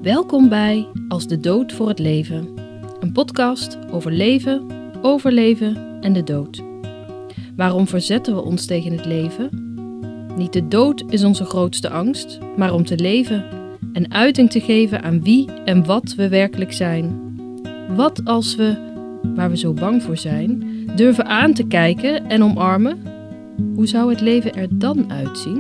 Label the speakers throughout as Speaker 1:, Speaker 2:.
Speaker 1: Welkom bij Als de dood voor het leven. Een podcast over leven, overleven en de dood. Waarom verzetten we ons tegen het leven? Niet de dood is onze grootste angst, maar om te leven en uiting te geven aan wie en wat we werkelijk zijn. Wat als we, waar we zo bang voor zijn, durven aan te kijken en omarmen? Hoe zou het leven er dan uitzien?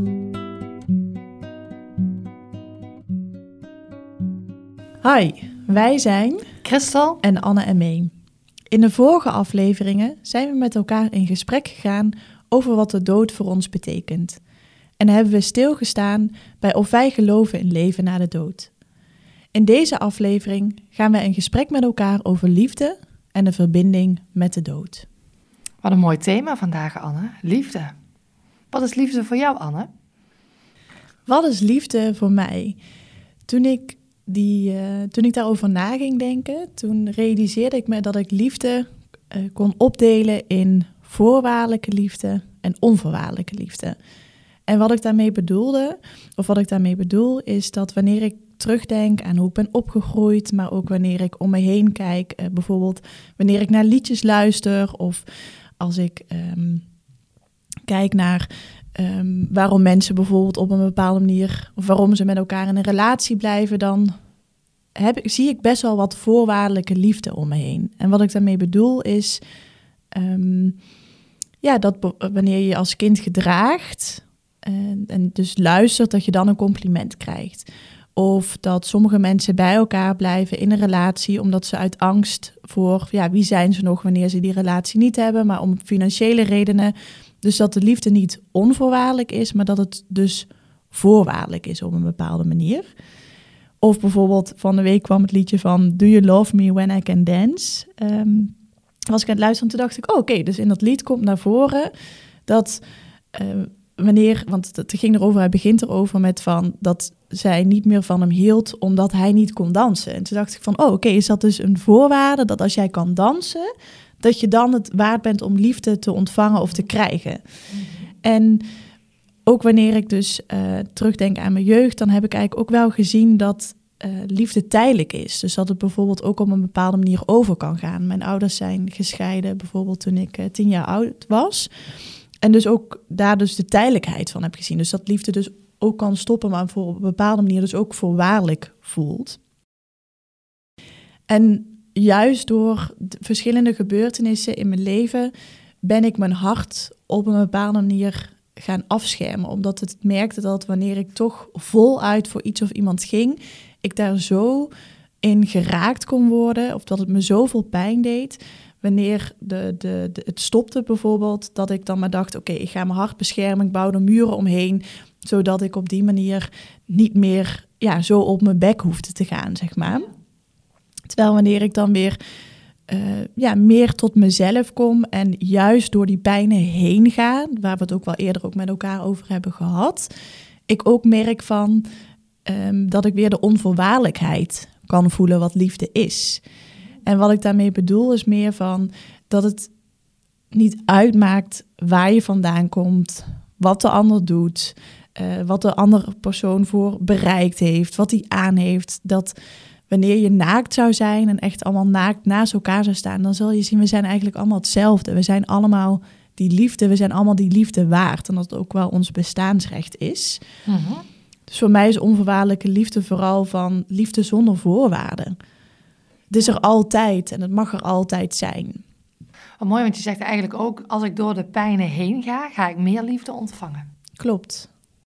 Speaker 2: Hi, wij zijn
Speaker 3: Christel
Speaker 2: en Anne en Mee. In de vorige afleveringen zijn we met elkaar in gesprek gegaan over wat de dood voor ons betekent. En hebben we stilgestaan bij of wij geloven in leven na de dood. In deze aflevering gaan we in gesprek met elkaar over liefde en de verbinding met de dood.
Speaker 3: Wat een mooi thema vandaag, Anne. Liefde. Wat is liefde voor jou, Anne?
Speaker 2: Wat is liefde voor mij? Toen ik daarover na ging denken, toen realiseerde ik me dat ik liefde kon opdelen in voorwaardelijke liefde en onvoorwaardelijke liefde. En wat ik daarmee bedoel, is dat wanneer ik terugdenk aan hoe ik ben opgegroeid, maar ook wanneer ik om me heen kijk, bijvoorbeeld wanneer ik naar liedjes luister of als ik kijk naar waarom mensen bijvoorbeeld op een bepaalde manier, of waarom ze met elkaar in een relatie blijven, dan zie ik best wel wat voorwaardelijke liefde om me heen. En wat ik daarmee bedoel is, dat wanneer je als kind gedraagt en dus luistert, dat je dan een compliment krijgt. Of dat sommige mensen bij elkaar blijven in een relatie omdat ze uit angst voor, wie zijn ze nog wanneer ze die relatie niet hebben, maar om financiële redenen. Dus dat de liefde niet onvoorwaardelijk is, maar dat het dus voorwaardelijk is op een bepaalde manier. Of bijvoorbeeld van de week kwam het liedje van Do You Love Me When I Can Dance? Was ik aan het luisteren en toen dacht ik, oké, dus in dat lied komt naar voren dat want het ging erover, hij begint erover met van dat zij niet meer van hem hield omdat hij niet kon dansen. En toen dacht ik van, oké, is dat dus een voorwaarde dat als jij kan dansen, dat je dan het waard bent om liefde te ontvangen of te krijgen. En ook wanneer ik dus terugdenk aan mijn jeugd, dan heb ik eigenlijk ook wel gezien dat liefde tijdelijk is. Dus dat het bijvoorbeeld ook op een bepaalde manier over kan gaan. Mijn ouders zijn gescheiden, bijvoorbeeld toen ik 10 jaar oud was. En dus ook daar dus de tijdelijkheid van heb gezien. Dus dat liefde dus ook kan stoppen, maar voor op een bepaalde manier dus ook voorwaardelijk voelt. En juist door verschillende gebeurtenissen in mijn leven ben ik mijn hart op een bepaalde manier gaan afschermen. Omdat het merkte dat wanneer ik toch voluit voor iets of iemand ging, ik daar zo in geraakt kon worden, of dat het me zoveel pijn deed. Wanneer het stopte bijvoorbeeld, dat ik dan maar dacht, oké, ik ga mijn hart beschermen, ik bouw er muren omheen, zodat ik op die manier niet meer zo op mijn bek hoefde te gaan, zeg maar. Terwijl wanneer ik dan weer meer tot mezelf kom en juist door die pijnen heen ga, waar we het ook wel eerder ook met elkaar over hebben gehad, ik ook merk van dat ik weer de onvoorwaardelijkheid kan voelen wat liefde is. En wat ik daarmee bedoel is meer van dat het niet uitmaakt waar je vandaan komt, wat de ander doet, wat de andere persoon voor bereikt heeft, wat hij aan heeft. Dat wanneer je naakt zou zijn en echt allemaal naakt naast elkaar zou staan, dan zul je zien, we zijn eigenlijk allemaal hetzelfde. We zijn allemaal die liefde waard. En dat het ook wel ons bestaansrecht is. Mm-hmm. Dus voor mij is onvoorwaardelijke liefde vooral van liefde zonder voorwaarden. Het is er altijd en het mag er altijd zijn.
Speaker 3: Wat mooi, want je zegt eigenlijk ook, als ik door de pijnen heen ga, ga ik meer liefde ontvangen.
Speaker 2: Klopt.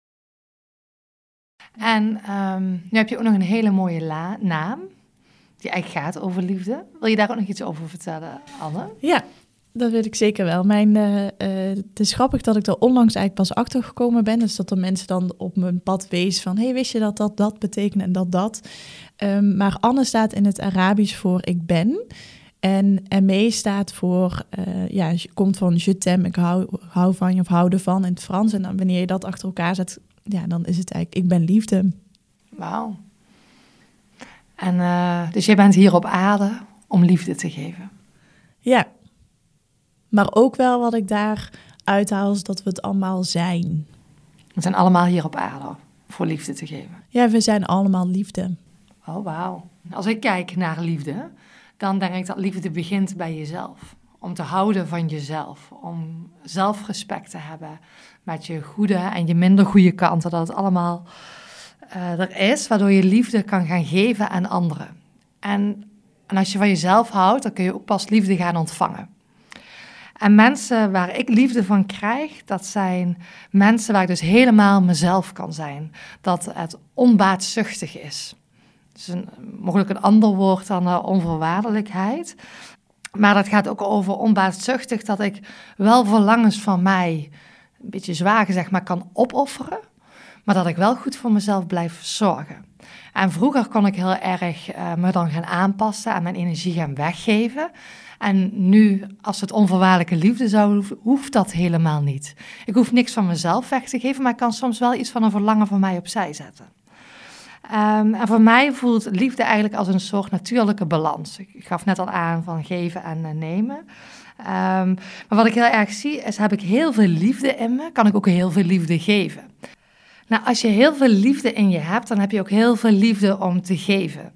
Speaker 3: En nu heb je ook nog een hele mooie naam, die eigenlijk gaat over liefde. Wil je daar ook nog iets over vertellen, Anne?
Speaker 2: Ja, dat weet ik zeker wel. Het is grappig dat ik er onlangs eigenlijk pas achter gekomen ben. Dus dat er mensen dan op mijn pad wezen van, hey, wist je dat betekent en dat. Maar Anne staat in het Arabisch voor ik ben. En Mee staat voor, komt van je t'aime, ik hou van je of hou ervan in het Frans. En dan wanneer je dat achter elkaar zet, dan is het eigenlijk ik ben liefde.
Speaker 3: Wauw. En dus jij bent hier op aarde om liefde te geven.
Speaker 2: Ja. Maar ook wel wat ik daar uithaal is dat we het allemaal zijn.
Speaker 3: We zijn allemaal hier op aarde voor liefde te geven.
Speaker 2: Ja, we zijn allemaal liefde.
Speaker 3: Oh, wauw. Als ik kijk naar liefde, dan denk ik dat liefde begint bij jezelf. Om te houden van jezelf. Om zelfrespect te hebben met je goede en je minder goede kanten. Dat het allemaal er is, waardoor je liefde kan gaan geven aan anderen. En als je van jezelf houdt, dan kun je ook pas liefde gaan ontvangen. En mensen waar ik liefde van krijg, dat zijn mensen waar ik dus helemaal mezelf kan zijn. Dat het onbaatzuchtig is. Dus mogelijk een ander woord dan onvoorwaardelijkheid. Maar dat gaat ook over onbaatzuchtig, dat ik wel verlangens van mij, een beetje zwaar gezegd, maar kan opofferen. Maar dat ik wel goed voor mezelf blijf zorgen. En vroeger kon ik heel erg me dan gaan aanpassen en mijn energie gaan weggeven. En nu, als het onvoorwaardelijke liefde zou, hoeft dat helemaal niet. Ik hoef niks van mezelf weg te geven, maar ik kan soms wel iets van een verlangen van mij opzij zetten. En voor mij voelt liefde eigenlijk als een soort natuurlijke balans. Ik gaf net al aan van geven en nemen. Maar wat ik heel erg zie is, heb ik heel veel liefde in me, kan ik ook heel veel liefde geven. Nou, als je heel veel liefde in je hebt, dan heb je ook heel veel liefde om te geven.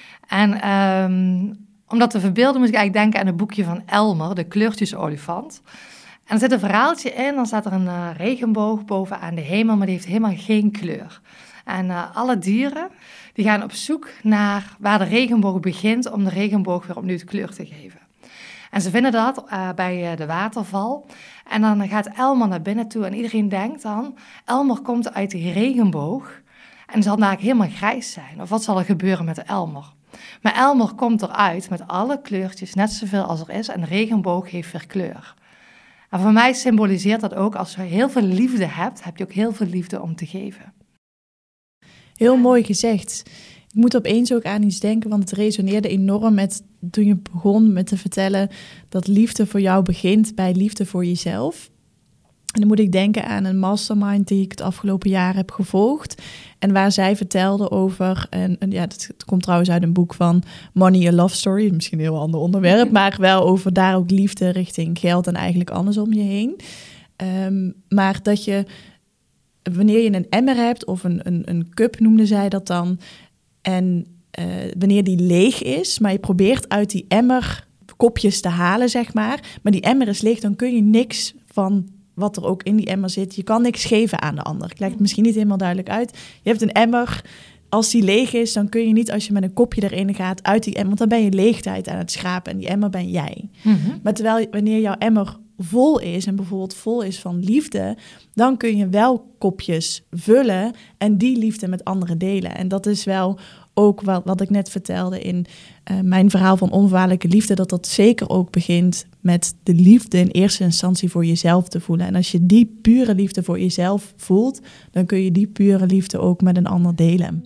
Speaker 3: En om dat te verbeelden moet ik eigenlijk denken aan het boekje van Elmer, de kleurtjesolifant. En er zit een verhaaltje in, dan staat er een regenboog bovenaan de hemel, maar die heeft helemaal geen kleur. En alle dieren die gaan op zoek naar waar de regenboog begint om de regenboog weer opnieuw kleur te geven. En ze vinden dat bij de waterval. En dan gaat Elmer naar binnen toe en iedereen denkt dan, Elmer komt uit die regenboog en zal eigenlijk helemaal grijs zijn. Of wat zal er gebeuren met Elmer? Maar Elmer komt eruit met alle kleurtjes, net zoveel als er is, en de regenboog heeft weer kleur. En voor mij symboliseert dat ook, als je heel veel liefde hebt, heb je ook heel veel liefde om te geven.
Speaker 2: Heel mooi gezegd. Ik moet opeens ook aan iets denken, want het resoneerde enorm met toen je begon met te vertellen dat liefde voor jou begint bij liefde voor jezelf. En dan moet ik denken aan een mastermind die ik het afgelopen jaar heb gevolgd. En waar zij vertelde over, het komt trouwens uit een boek van Money, a Love Story. Misschien een heel ander onderwerp, maar wel over daar ook liefde richting geld en eigenlijk alles om je heen. Maar dat je, wanneer je een emmer hebt of een cup noemde zij dat dan. En wanneer die leeg is, maar je probeert uit die emmer kopjes te halen, zeg maar die emmer is leeg, dan kun je niks van wat er ook in die emmer zit. Je kan niks geven aan de ander. Ik leg het misschien niet helemaal duidelijk uit. Je hebt een emmer, als die leeg is, dan kun je niet als je met een kopje erin gaat uit die emmer, want dan ben je leegtijd aan het schrapen en die emmer ben jij. Mm-hmm. Maar terwijl wanneer jouw emmer vol is en bijvoorbeeld vol is van liefde, dan kun je wel kopjes vullen en die liefde met anderen delen. En dat is wel ook wat ik net vertelde in mijn verhaal van onvoorwaardelijke liefde, dat zeker ook begint met de liefde in eerste instantie voor jezelf te voelen. En als je die pure liefde voor jezelf voelt, dan kun je die pure liefde ook met een ander delen.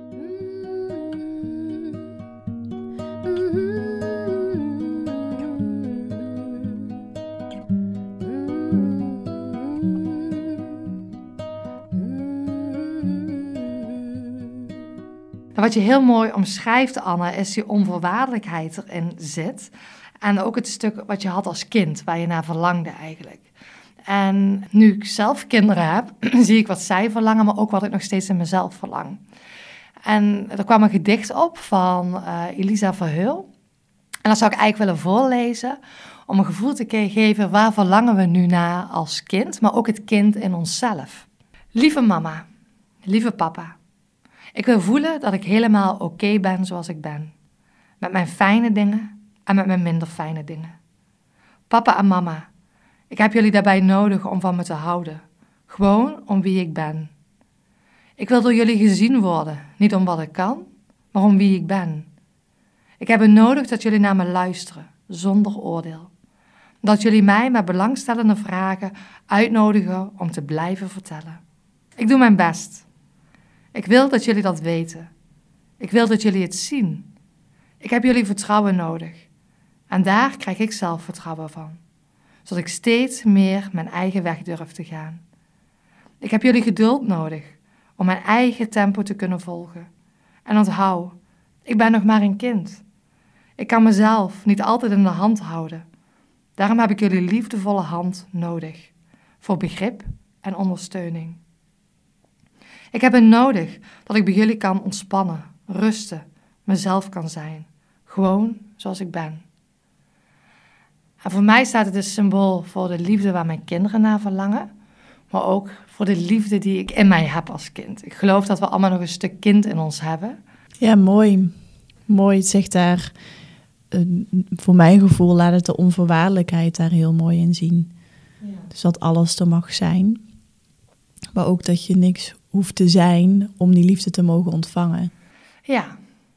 Speaker 3: Wat je heel mooi omschrijft, Anne, is die onvoorwaardelijkheid erin zit. En ook het stuk wat je had als kind, waar je naar verlangde eigenlijk. En nu ik zelf kinderen heb, zie ik wat zij verlangen, maar ook wat ik nog steeds in mezelf verlang. En er kwam een gedicht op van Elisa Verheul. En dat zou ik eigenlijk willen voorlezen, om een gevoel te geven, waar verlangen we nu naar als kind, maar ook het kind in onszelf. Lieve mama, lieve papa. Ik wil voelen dat ik helemaal oké ben zoals ik ben. Met mijn fijne dingen en met mijn minder fijne dingen. Papa en mama, ik heb jullie daarbij nodig om van me te houden. Gewoon om wie ik ben. Ik wil door jullie gezien worden, niet om wat ik kan, maar om wie ik ben. Ik heb het nodig dat jullie naar me luisteren, zonder oordeel. Dat jullie mij met belangstellende vragen uitnodigen om te blijven vertellen. Ik doe mijn best. Ik wil dat jullie dat weten. Ik wil dat jullie het zien. Ik heb jullie vertrouwen nodig. En daar krijg ik zelfvertrouwen van. Zodat ik steeds meer mijn eigen weg durf te gaan. Ik heb jullie geduld nodig om mijn eigen tempo te kunnen volgen. En onthoud, ik ben nog maar een kind. Ik kan mezelf niet altijd in de hand houden. Daarom heb ik jullie liefdevolle hand nodig. Voor begrip en ondersteuning. Ik heb het nodig dat ik bij jullie kan ontspannen, rusten, mezelf kan zijn. Gewoon zoals ik ben. En voor mij staat het een symbool voor de liefde waar mijn kinderen naar verlangen, maar ook voor de liefde die ik in mij heb als kind. Ik geloof dat we allemaal nog een stuk kind in ons hebben.
Speaker 2: Ja, mooi. Mooi, het zegt daar, voor mijn gevoel laat het de onvoorwaardelijkheid daar heel mooi in zien. Ja. Dus dat alles er mag zijn, maar ook dat je niks hoeft te zijn om die liefde te mogen ontvangen.
Speaker 3: Ja.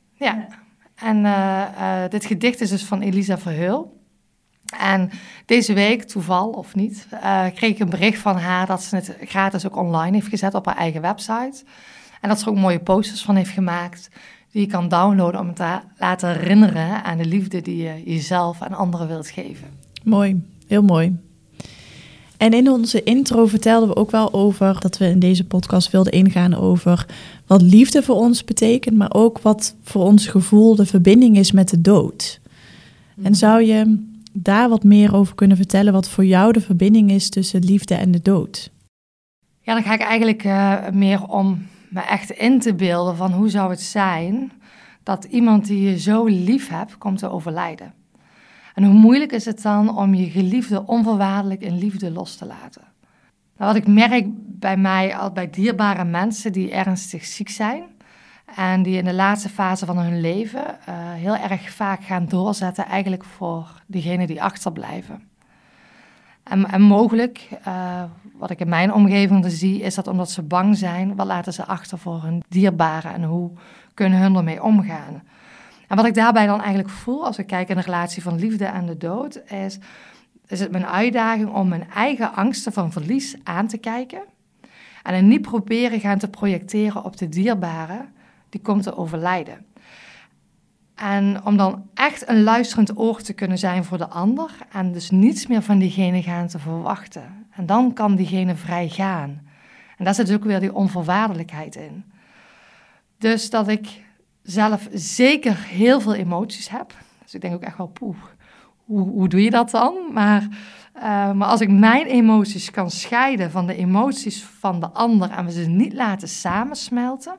Speaker 3: En dit gedicht is dus van Elisa Verheul. En deze week, toeval of niet, kreeg ik een bericht van haar dat ze het gratis ook online heeft gezet op haar eigen website. En dat ze er ook mooie posters van heeft gemaakt die je kan downloaden om te laten herinneren aan de liefde die je jezelf en anderen wilt geven.
Speaker 2: Mooi, heel mooi. En in onze intro vertelden we ook wel over dat we in deze podcast wilden ingaan over wat liefde voor ons betekent, maar ook wat voor ons gevoel de verbinding is met de dood. En zou je daar wat meer over kunnen vertellen wat voor jou de verbinding is tussen liefde en de dood?
Speaker 3: Ja, dan ga ik eigenlijk meer om me echt in te beelden van hoe zou het zijn dat iemand die je zo lief hebt komt te overlijden. En hoe moeilijk is het dan om je geliefde onvoorwaardelijk in liefde los te laten? Nou, wat ik merk bij mij, al bij dierbare mensen die ernstig ziek zijn en die in de laatste fase van hun leven heel erg vaak gaan doorzetten eigenlijk voor diegenen die achterblijven. En mogelijk, wat ik in mijn omgeving zie, is dat omdat ze bang zijn, wat laten ze achter voor hun dierbaren en hoe kunnen hun ermee omgaan? En wat ik daarbij dan eigenlijk voel, als ik kijk in de relatie van liefde en de dood, is het mijn uitdaging om mijn eigen angsten van verlies aan te kijken en het niet proberen gaan te projecteren op de dierbare die komt te overlijden. En om dan echt een luisterend oor te kunnen zijn voor de ander en dus niets meer van diegene gaan te verwachten. En dan kan diegene vrij gaan. En daar zit dus ook weer die onvoorwaardelijkheid in. Dus dat ik zelf zeker heel veel emoties heb. Dus ik denk ook echt wel, hoe doe je dat dan? Maar als ik mijn emoties kan scheiden van de emoties van de ander en we ze niet laten samensmelten,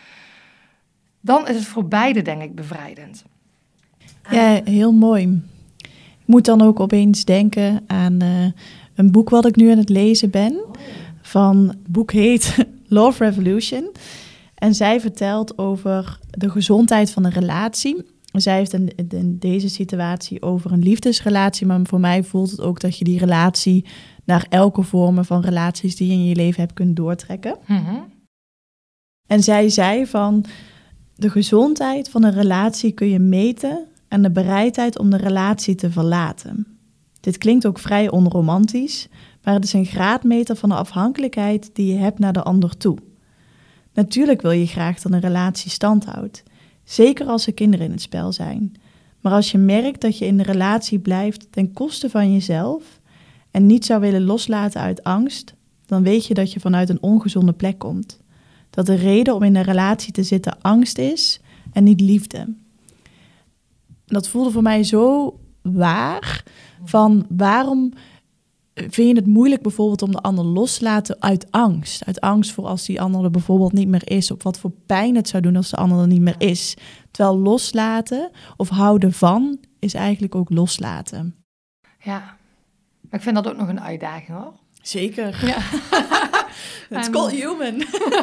Speaker 3: dan is het voor beide, denk ik, bevrijdend.
Speaker 2: Ja, heel mooi. Ik moet dan ook opeens denken aan een boek wat ik nu aan het lezen ben. Het boek heet Love Revolution. En zij vertelt over de gezondheid van een relatie. Zij heeft in deze situatie over een liefdesrelatie. Maar voor mij voelt het ook dat je die relatie naar elke vorm van relaties die je in je leven hebt kunt doortrekken. Mm-hmm. En zij zei van de gezondheid van een relatie kun je meten aan de bereidheid om de relatie te verlaten. Dit klinkt ook vrij onromantisch, maar het is een graadmeter van de afhankelijkheid die je hebt naar de ander toe. Natuurlijk wil je graag dat een relatie standhoudt, zeker als er kinderen in het spel zijn. Maar als je merkt dat je in de relatie blijft ten koste van jezelf en niet zou willen loslaten uit angst, dan weet je dat je vanuit een ongezonde plek komt. Dat de reden om in een relatie te zitten angst is en niet liefde. Dat voelde voor mij zo waar, van waarom vind je het moeilijk bijvoorbeeld om de ander los te laten uit angst? Uit angst voor als die ander er bijvoorbeeld niet meer is, of wat voor pijn het zou doen als de ander er niet meer is. Terwijl loslaten of houden van is eigenlijk ook loslaten.
Speaker 3: Ja, maar ik vind dat ook nog een uitdaging hoor.
Speaker 2: Zeker.
Speaker 3: Ja.
Speaker 2: It's called human.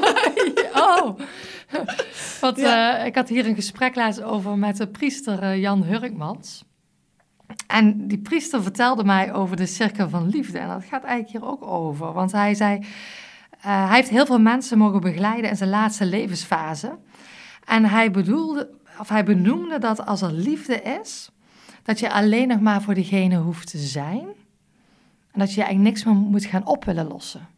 Speaker 3: Oh. Want ik had hier een gesprek laatst over met de priester Jan Hurkmans. En die priester vertelde mij over de cirkel van liefde. En dat gaat eigenlijk hier ook over. Want hij zei, hij heeft heel veel mensen mogen begeleiden in zijn laatste levensfase. En hij benoemde dat als er liefde is, dat je alleen nog maar voor diegene hoeft te zijn. En dat je eigenlijk niks meer moet gaan op willen lossen.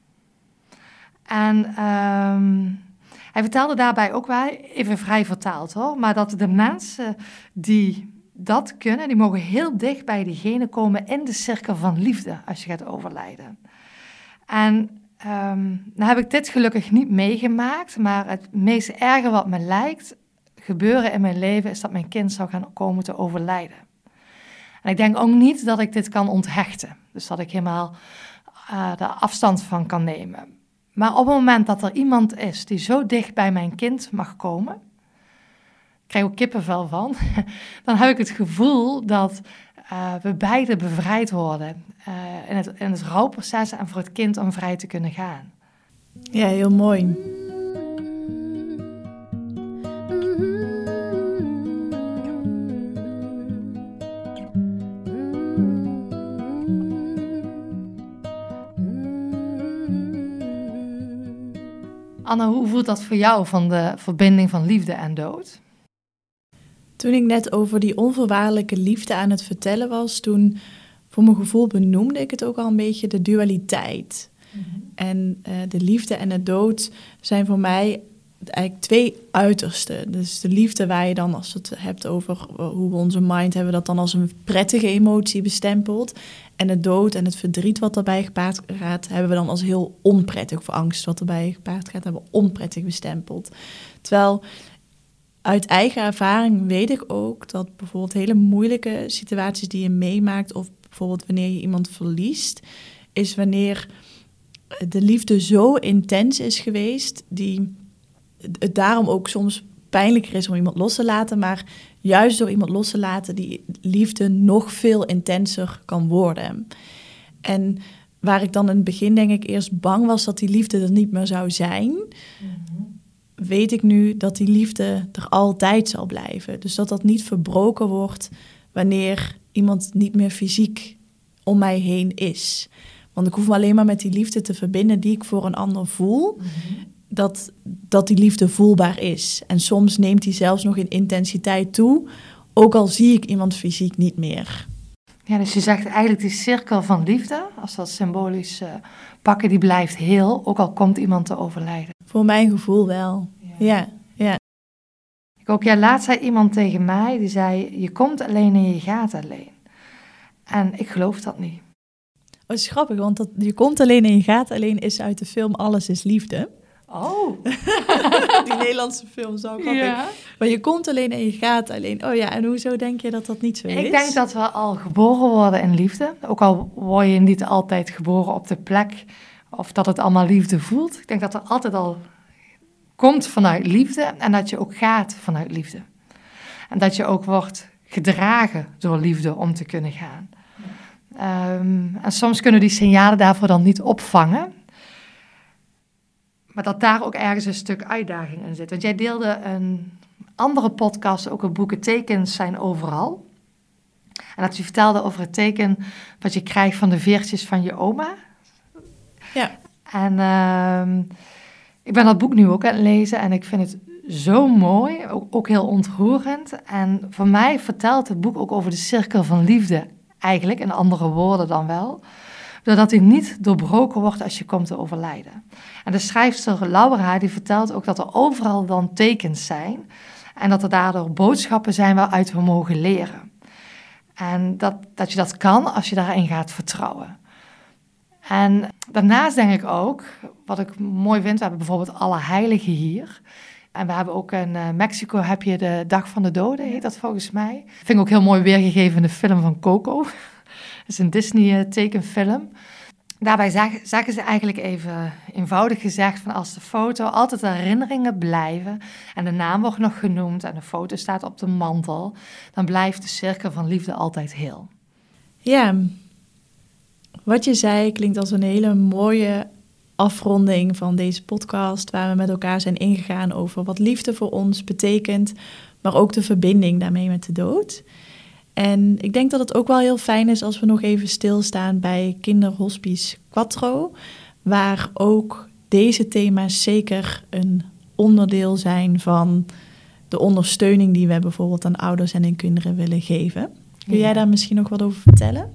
Speaker 3: En hij vertelde daarbij ook wel, even vrij vertaald hoor, maar dat de mensen die dat kunnen, die mogen heel dicht bij diegene komen in de cirkel van liefde als je gaat overlijden. En nou heb ik dit gelukkig niet meegemaakt, maar het meest erge wat me lijkt gebeuren in mijn leven is dat mijn kind zou gaan komen te overlijden. En ik denk ook niet dat ik dit kan onthechten, dus dat ik helemaal de afstand van kan nemen. Maar op het moment dat er iemand is die zo dicht bij mijn kind mag komen, krijg ook kippenvel van, dan heb ik het gevoel dat we beide bevrijd worden in het rouwproces en voor het kind om vrij te kunnen gaan.
Speaker 2: Ja, heel mooi.
Speaker 3: Anne, hoe voelt dat voor jou van de verbinding van liefde en dood?
Speaker 2: Toen ik net over die onvoorwaardelijke liefde aan het vertellen was, toen voor mijn gevoel benoemde ik het ook al een beetje de dualiteit. Mm-hmm. En de liefde en de dood zijn voor mij eigenlijk twee uitersten. Dus de liefde waar je dan, als je het hebt over hoe we onze mind hebben, dat dan als een prettige emotie bestempeld. En de dood en het verdriet wat daarbij gepaard gaat, hebben we dan als heel onprettig, of angst wat erbij gepaard gaat, hebben we onprettig bestempeld. Terwijl uit eigen ervaring weet ik ook dat bijvoorbeeld hele moeilijke situaties die je meemaakt, of bijvoorbeeld wanneer je iemand verliest, is wanneer de liefde zo intens is geweest, die het daarom ook soms pijnlijker is om iemand los te laten, maar juist door iemand los te laten, die liefde nog veel intenser kan worden. En waar ik dan in het begin denk ik eerst bang was dat die liefde er niet meer zou zijn, weet ik nu dat die liefde er altijd zal blijven. Dus dat niet verbroken wordt wanneer iemand niet meer fysiek om mij heen is. Want ik hoef me alleen maar met die liefde te verbinden die ik voor een ander voel, dat die liefde voelbaar is. En soms neemt die zelfs nog in intensiteit toe, ook al zie ik iemand fysiek niet meer.
Speaker 3: Ja, dus je zegt eigenlijk die cirkel van liefde, als dat symbolisch pakken, die blijft heel, ook al komt iemand te overlijden.
Speaker 2: Voor mijn gevoel wel, ja.
Speaker 3: Ik ook, laatst zei iemand tegen mij, die zei, je komt alleen en je gaat alleen. En ik geloof dat niet.
Speaker 2: Dat is grappig, want dat je komt alleen en je gaat alleen is uit de film Alles is Liefde.
Speaker 3: Oh.
Speaker 2: Die Nederlandse film, zo grappig. Ja. Maar je komt alleen en je gaat alleen. Oh ja, en hoezo denk je dat niet zo is?
Speaker 3: Ik denk dat we al geboren worden in liefde. Ook al word je niet altijd geboren op de plek of dat het allemaal liefde voelt. Ik denk dat er altijd al komt vanuit liefde en dat je ook gaat vanuit liefde. En dat je ook wordt gedragen door liefde om te kunnen gaan. En soms kunnen die signalen daarvoor dan niet opvangen. Maar dat daar ook ergens een stuk uitdaging in zit. Want jij deelde een andere podcast, ook een boek, tekens zijn overal. En dat je vertelde over het teken wat je krijgt van de veertjes van je oma.
Speaker 2: Ja.
Speaker 3: En ik ben dat boek nu ook aan het lezen en ik vind het zo mooi, ook heel ontroerend. En voor mij vertelt het boek ook over de cirkel van liefde, eigenlijk, in andere woorden dan wel. Doordat die niet doorbroken wordt als je komt te overlijden. En de schrijfster Laura die vertelt ook dat er overal dan tekens zijn. En dat er daardoor boodschappen zijn waaruit we mogen leren. En dat je dat kan als je daarin gaat vertrouwen. En daarnaast denk ik ook, wat ik mooi vind, we hebben bijvoorbeeld alle heiligen hier. En we hebben ook in Mexico heb je de Dag van de Doden, heet dat volgens mij. Vind ik ook heel mooi weergegeven in de film van Coco. Dat is een Disney-tekenfilm. Daarbij zeggen ze eigenlijk even eenvoudig gezegd van als de foto altijd herinneringen blijven en de naam wordt nog genoemd en de foto staat op de mantel, dan blijft de cirkel van liefde altijd heel.
Speaker 2: Ja, wat je zei klinkt als een hele mooie afronding van deze podcast, waar we met elkaar zijn ingegaan over wat liefde voor ons betekent, maar ook de verbinding daarmee met de dood. En ik denk dat het ook wel heel fijn is als we nog even stilstaan bij Kinderhospice Quattro, waar ook deze thema's zeker een onderdeel zijn van de ondersteuning die we bijvoorbeeld aan ouders en hun kinderen willen geven. Kun jij daar misschien nog wat over vertellen?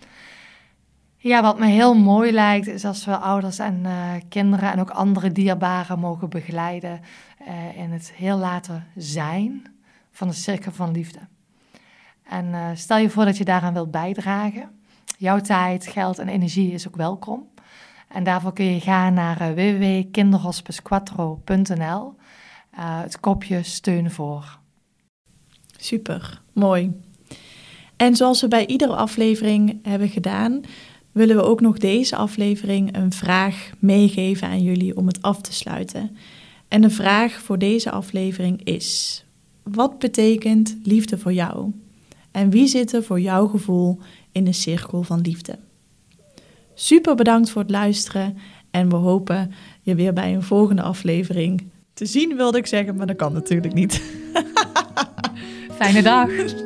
Speaker 3: Ja, wat me heel mooi lijkt is als we ouders en kinderen en ook andere dierbaren mogen begeleiden in het heel laten zijn van de cirkel van liefde. En stel je voor dat je daaraan wilt bijdragen. Jouw tijd, geld en energie is ook welkom. En daarvoor kun je gaan naar www.kinderhospicequattro.nl. Het kopje steun voor.
Speaker 2: Super, mooi. En zoals we bij iedere aflevering hebben gedaan, willen we ook nog deze aflevering een vraag meegeven aan jullie om het af te sluiten. En de vraag voor deze aflevering is: wat betekent liefde voor jou? En wie zit er voor jouw gevoel in de cirkel van liefde? Super bedankt voor het luisteren en we hopen je weer bij een volgende aflevering te zien, wilde ik zeggen, maar dat kan natuurlijk niet.
Speaker 3: Fijne dag!